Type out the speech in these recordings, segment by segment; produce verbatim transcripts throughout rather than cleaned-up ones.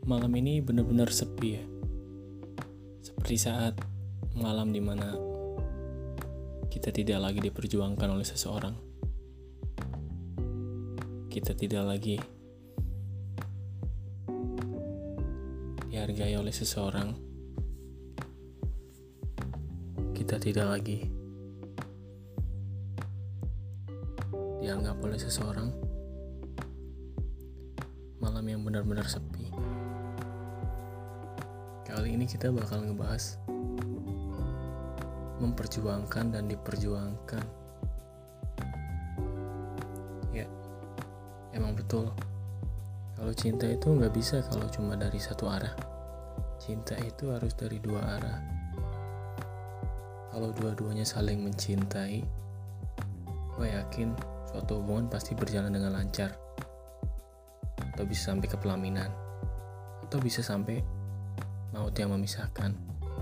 Malam ini benar-benar sepi ya. Seperti saat malam dimana kita tidak lagi diperjuangkan oleh seseorang. Kita tidak lagi dihargai oleh seseorang. Kita tidak lagi dianggap oleh seseorang. Malam yang benar-benar sepi. Kali ini kita bakal ngebahas memperjuangkan dan diperjuangkan. Ya, emang betul. Kalau cinta itu nggak bisa kalau cuma dari satu arah. Cinta itu harus dari dua arah. Kalau dua-duanya saling mencintai, gue yakin suatu hubungan pasti berjalan dengan lancar. Atau bisa sampai ke pelaminan. Atau bisa sampai maut yang memisahkan.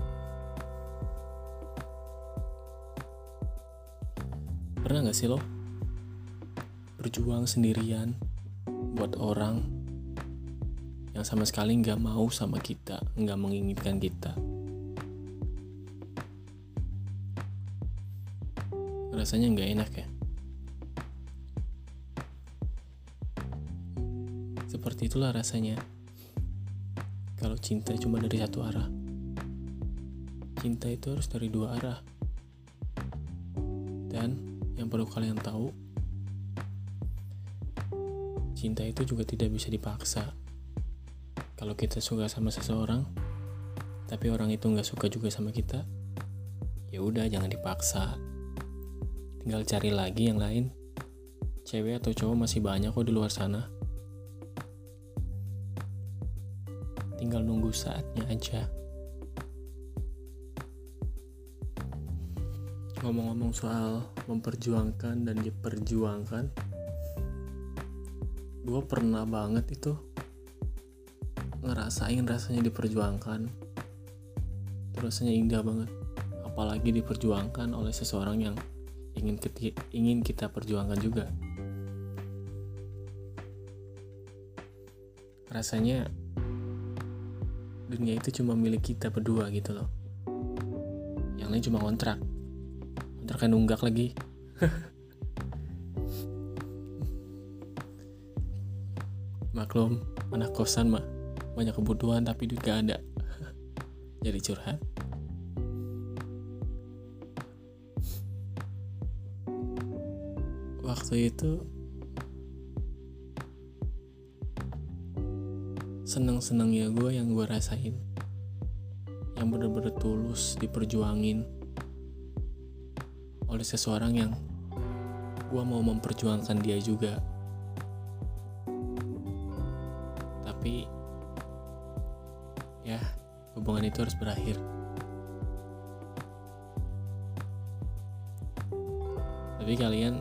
Pernah gak sih lo berjuang sendirian buat orang yang sama sekali gak mau sama kita, gak menginginkan kita? Rasanya gak enak ya? Seperti itulah rasanya kalau cinta cuma dari satu arah. Cinta itu harus dari dua arah. Dan yang perlu kalian tahu, cinta itu juga tidak bisa dipaksa. Kalau kita suka sama seseorang, tapi orang itu nggak suka juga sama kita, ya udah jangan dipaksa. Tinggal cari lagi yang lain. Cewek atau cowok masih banyak kok di luar sana. Tinggal nunggu saatnya aja. Ngomong-ngomong soal memperjuangkan dan diperjuangkan, gue pernah banget itu ngerasain rasanya diperjuangkan. Itu rasanya indah banget. Apalagi diperjuangkan oleh seseorang yang ingin kita, ingin kita perjuangkan juga. Rasanya dunia itu cuma milik kita berdua gitu loh. Yang lain cuma kontrak. Kontrakan nunggak lagi. Maklum, anak kosan mah banyak kebutuhan tapi duit gak ada. Jadi curhat. Waktu itu seneng-senengnya gue yang gue rasain, yang bener-bener tulus diperjuangin oleh seseorang yang gue mau memperjuangkan dia juga. Tapi ya, hubungan itu harus berakhir. Tapi kalian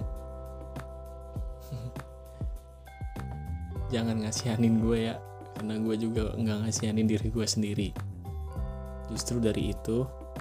jangan ngasihanin gue ya, karena gue juga gak ngasihanin diri gue sendiri. Justru dari itu,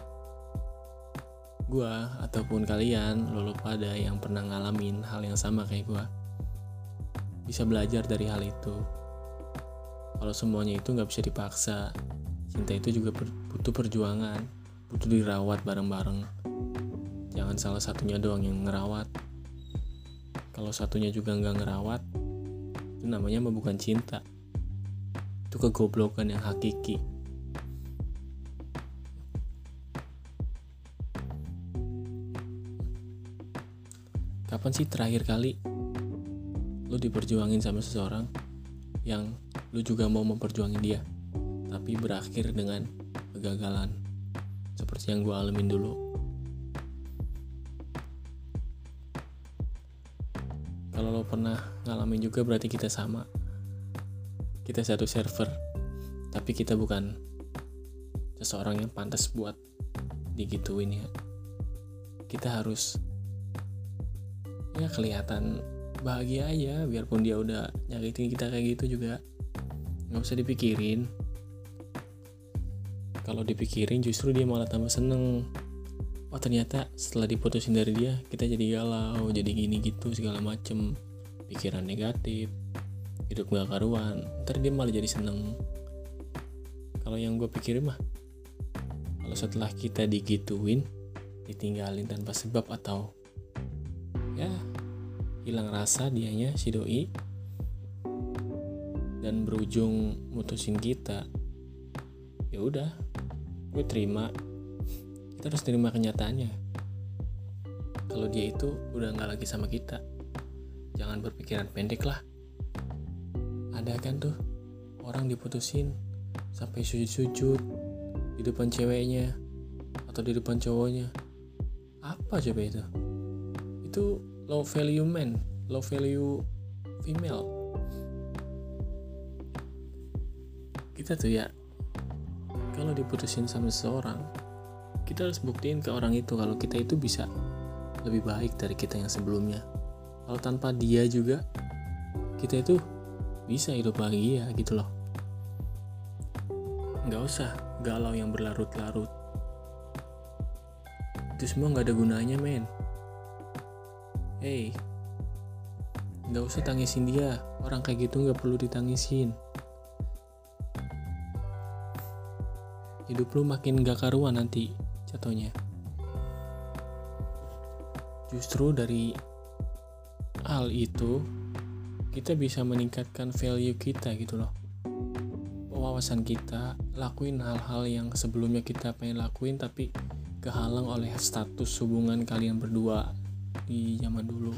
gue ataupun kalian, lo pada yang pernah ngalamin hal yang sama kayak gue, bisa belajar dari hal itu. Kalau semuanya itu gak bisa dipaksa. Cinta itu juga butuh perjuangan, butuh dirawat bareng-bareng. Jangan salah satunya doang yang ngerawat. Kalau satunya juga gak ngerawat, itu namanya mah bukan cinta. Itu kegoblokan yang hakiki. Kapan sih terakhir kali lu diperjuangin sama seseorang yang lu juga mau memperjuangin dia, tapi berakhir dengan kegagalan seperti yang gue alamin dulu? Kalau lo pernah ngalamin juga berarti kita sama. Kita satu server, tapi kita bukan seseorang yang pantas buat digituin ya. Kita harus ya kelihatan bahagia aja, biarpun dia udah nyakitin kita kayak gitu juga nggak usah dipikirin. Kalau dipikirin justru dia malah tambah seneng. Oh ternyata setelah diputusin dari dia kita jadi galau, jadi gini gitu segala macem, pikiran negatif, hidup gak karuan. Ntar dia malah jadi seneng. Kalau yang gue pikirin mah, kalau setelah kita digituin, ditinggalin tanpa sebab atau ya hilang rasa dianya si doi dan berujung mutusin kita, ya udah, gue terima. Kita harus terima kenyataannya. Kalau dia itu udah nggak lagi sama kita, jangan berpikiran pendek lah. Ada kan tuh orang diputusin sampai sujud-sujud di depan ceweknya atau di depan cowoknya. Apa coba itu? Itu low value man, low value female. Kita tuh ya, kalau diputusin sama seseorang, kita harus buktiin ke orang itu kalau kita itu bisa lebih baik dari kita yang sebelumnya. Kalau tanpa dia juga, kita itu bisa hidup bahagia gitu loh. Nggak usah galau yang berlarut-larut. Itu semua nggak ada gunanya, men. Hey, nggak usah tangisin dia. Orang kayak gitu nggak perlu ditangisin. Hidup lu makin gak karuan nanti jatuhnya. Justru dari hal itu kita bisa meningkatkan value kita gitu loh, wawasan kita, lakuin hal-hal yang sebelumnya kita pengen lakuin tapi kehalang oleh status hubungan kalian berdua di zaman dulu.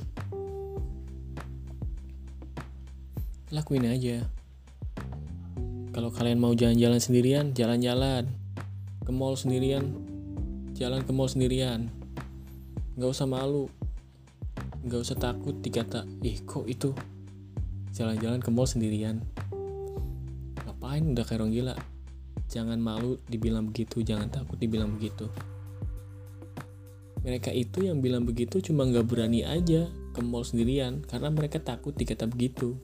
Lakuin aja. Kalau kalian mau jalan-jalan sendirian, jalan-jalan ke mall sendirian, jalan ke mall sendirian. Gak usah malu, gak usah takut dikata, eh kok itu jalan-jalan ke mall sendirian, ngapain, udah kayak orang gila. Jangan malu dibilang begitu, jangan takut dibilang begitu. Mereka itu yang bilang begitu cuma gak berani aja ke mall sendirian karena mereka takut dikata begitu.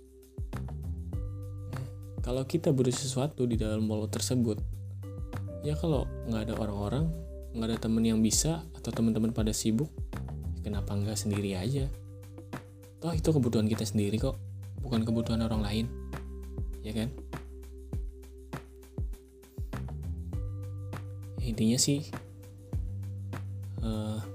Kalau kita beri sesuatu di dalam mall tersebut, ya kalau nggak ada orang-orang, nggak ada temen yang bisa atau teman-teman pada sibuk, kenapa nggak sendiri aja? Toh itu kebutuhan kita sendiri kok, bukan kebutuhan orang lain, ya kan? Ya, intinya sih, uh,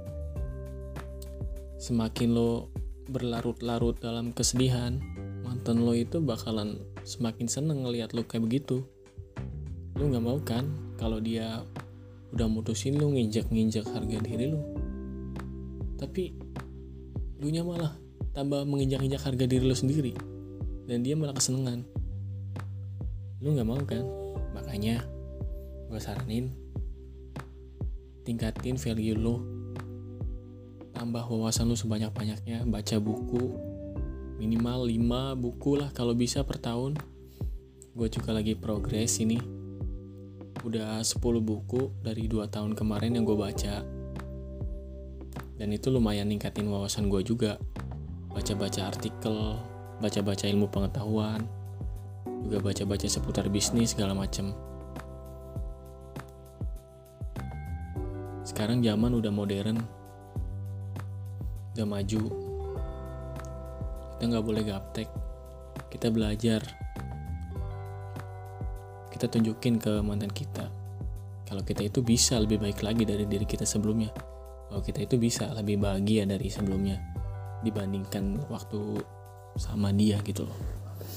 semakin lo berlarut-larut dalam kesedihan, mantan lo itu bakalan semakin seneng ngelihat lo kayak begitu. Lo nggak mau kan kalau dia udah mutusin lo nginjak-nginjak harga diri lo, tapi lu nya malah tambah menginjak-injak harga diri lo sendiri dan dia malah kesenengan. Lu nggak mau kan? Makanya gue saranin tingkatin value lo, tambah wawasan lo sebanyak-banyaknya, baca buku minimal lima buku lah kalau bisa per tahun. Gue juga lagi progres ini, udah sepuluh buku dari dua tahun kemarin yang gue baca, dan itu lumayan ningkatin wawasan gue juga. Baca-baca artikel, baca-baca ilmu pengetahuan, juga baca-baca seputar bisnis segala macem. Sekarang zaman udah modern, udah maju. Kita gak boleh gaptek, kita belajar, kita tunjukin ke mantan kita kalau kita itu bisa lebih baik lagi dari diri kita sebelumnya, kalau kita itu bisa lebih bahagia dari sebelumnya dibandingkan waktu sama dia gitu loh.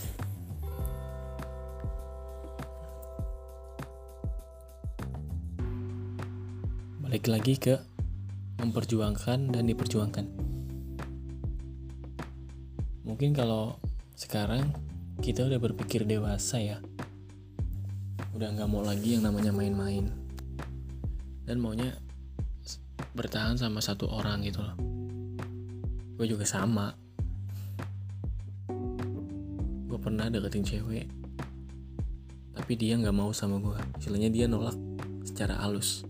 Balik lagi ke memperjuangkan dan diperjuangkan. Mungkin kalau sekarang kita udah berpikir dewasa ya, udah gak mau lagi yang namanya main-main, dan maunya bertahan sama satu orang gitu loh. Gue juga sama. Gue pernah deketin cewek, tapi dia gak mau sama gue. Istilahnya dia nolak secara halus.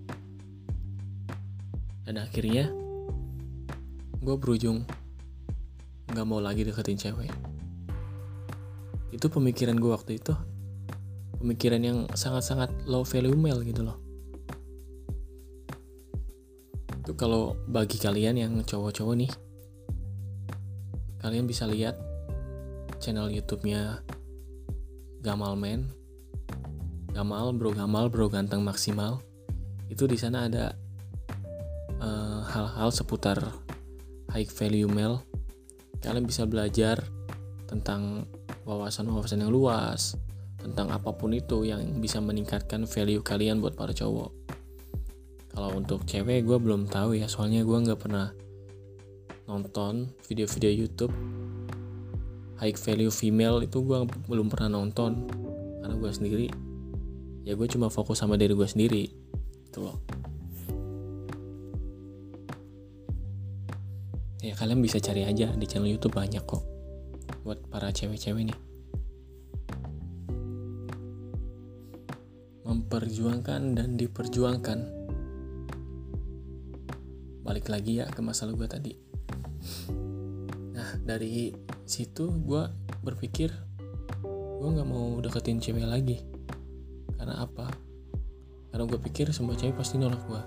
Dan akhirnya gue berujung gak mau lagi deketin cewek. Itu pemikiran gue waktu itu, pemikiran yang sangat-sangat low value male gitu loh. Itu kalau bagi kalian yang cowok-cowok nih, kalian bisa lihat channel YouTube-nya Gamal Man. Gamal bro gamal bro ganteng maksimal. Itu di sana ada uh, hal-hal seputar high value male. Kalian bisa belajar tentang wawasan-wawasan yang luas, tentang apapun itu yang bisa meningkatkan value kalian buat para cowok. Kalau untuk cewek gue belum tahu ya, soalnya gue nggak pernah nonton video-video YouTube high value female, itu gue belum pernah nonton karena gue sendiri ya gue cuma fokus sama diri gue sendiri itu loh. Ya kalian bisa cari aja di channel YouTube, banyak kok buat para cewek-cewek nih. Memperjuangkan dan diperjuangkan. Balik lagi ya ke masalah gue tadi. Nah dari situ gue berpikir gue gak mau deketin cewek lagi. Karena apa? Karena gue pikir semua cewek pasti nolak gue.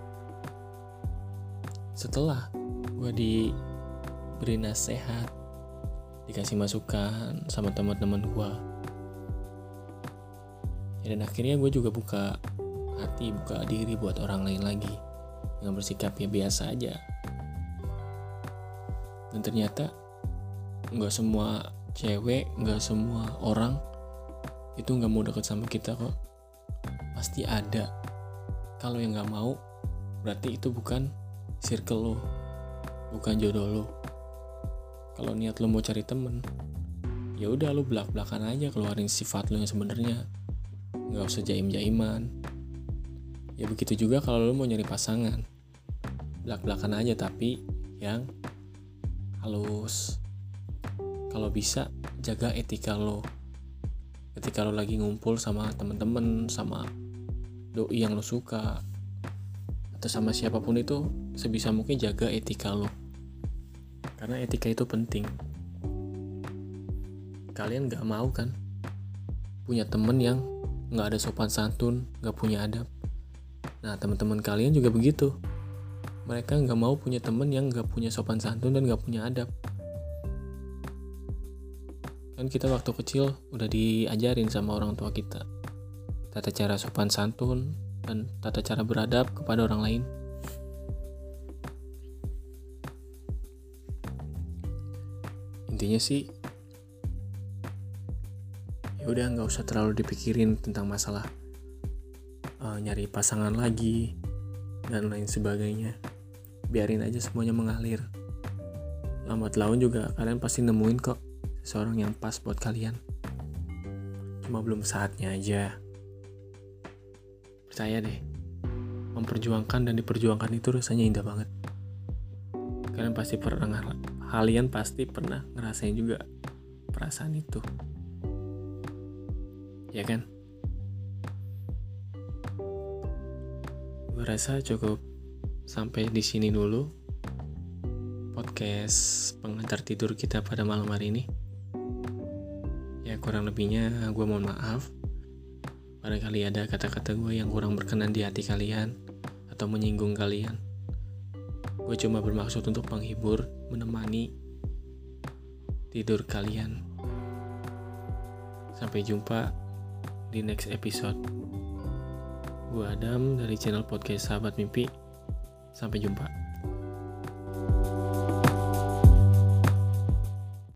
Setelah gue diberi nasihat, dikasih masukan sama teman-teman gue, ya, dan akhirnya gue juga buka hati, buka diri buat orang lain lagi, dengan bersikap ya biasa aja. Dan ternyata gak semua cewek, gak semua orang itu gak mau deket sama kita kok. Pasti ada. Kalau yang gak mau, berarti itu bukan circle lo, bukan jodoh lo. Kalau niat lo mau cari temen, ya udah lo belak-belakan aja, keluarin sifat lo yang sebenarnya, nggak usah jaim-jaiman. Ya begitu juga kalau lo mau nyari pasangan, belak-belakan aja tapi yang halus. Kalau bisa jaga etika lo. Ketika lo lagi ngumpul sama temen-temen, sama doi yang lo suka, atau sama siapapun itu, sebisa mungkin jaga etika lo. Karena etika itu penting. Kalian gak mau kan punya temen yang gak ada sopan santun, gak punya adab. Nah teman-teman kalian juga begitu. Mereka gak mau punya temen yang gak punya sopan santun dan gak punya adab. Kan kita waktu kecil udah diajarin sama orang tua kita tata cara sopan santun dan tata cara beradab kepada orang lain. Intinya sih ya udah nggak usah terlalu dipikirin tentang masalah uh, nyari pasangan lagi dan lain sebagainya. Biarin aja semuanya mengalir. Lambat laun juga kalian pasti nemuin kok seseorang yang pas buat kalian. Cuma belum saatnya aja. Percaya deh, memperjuangkan dan diperjuangkan itu rasanya indah banget. Kalian pasti pernah Kalian pasti pernah ngerasain juga perasaan itu, ya kan? Gue rasa cukup sampai di sini dulu podcast pengantar tidur kita pada malam hari ini. Ya kurang lebihnya gue mohon maaf. Barangkali ada kata-kata gue yang kurang berkenan di hati kalian atau menyinggung kalian. Gue cuma bermaksud untuk menghibur, menemani tidur kalian. Sampai jumpa di next episode. Gue Adam dari channel podcast Sahabat Mimpi. Sampai jumpa.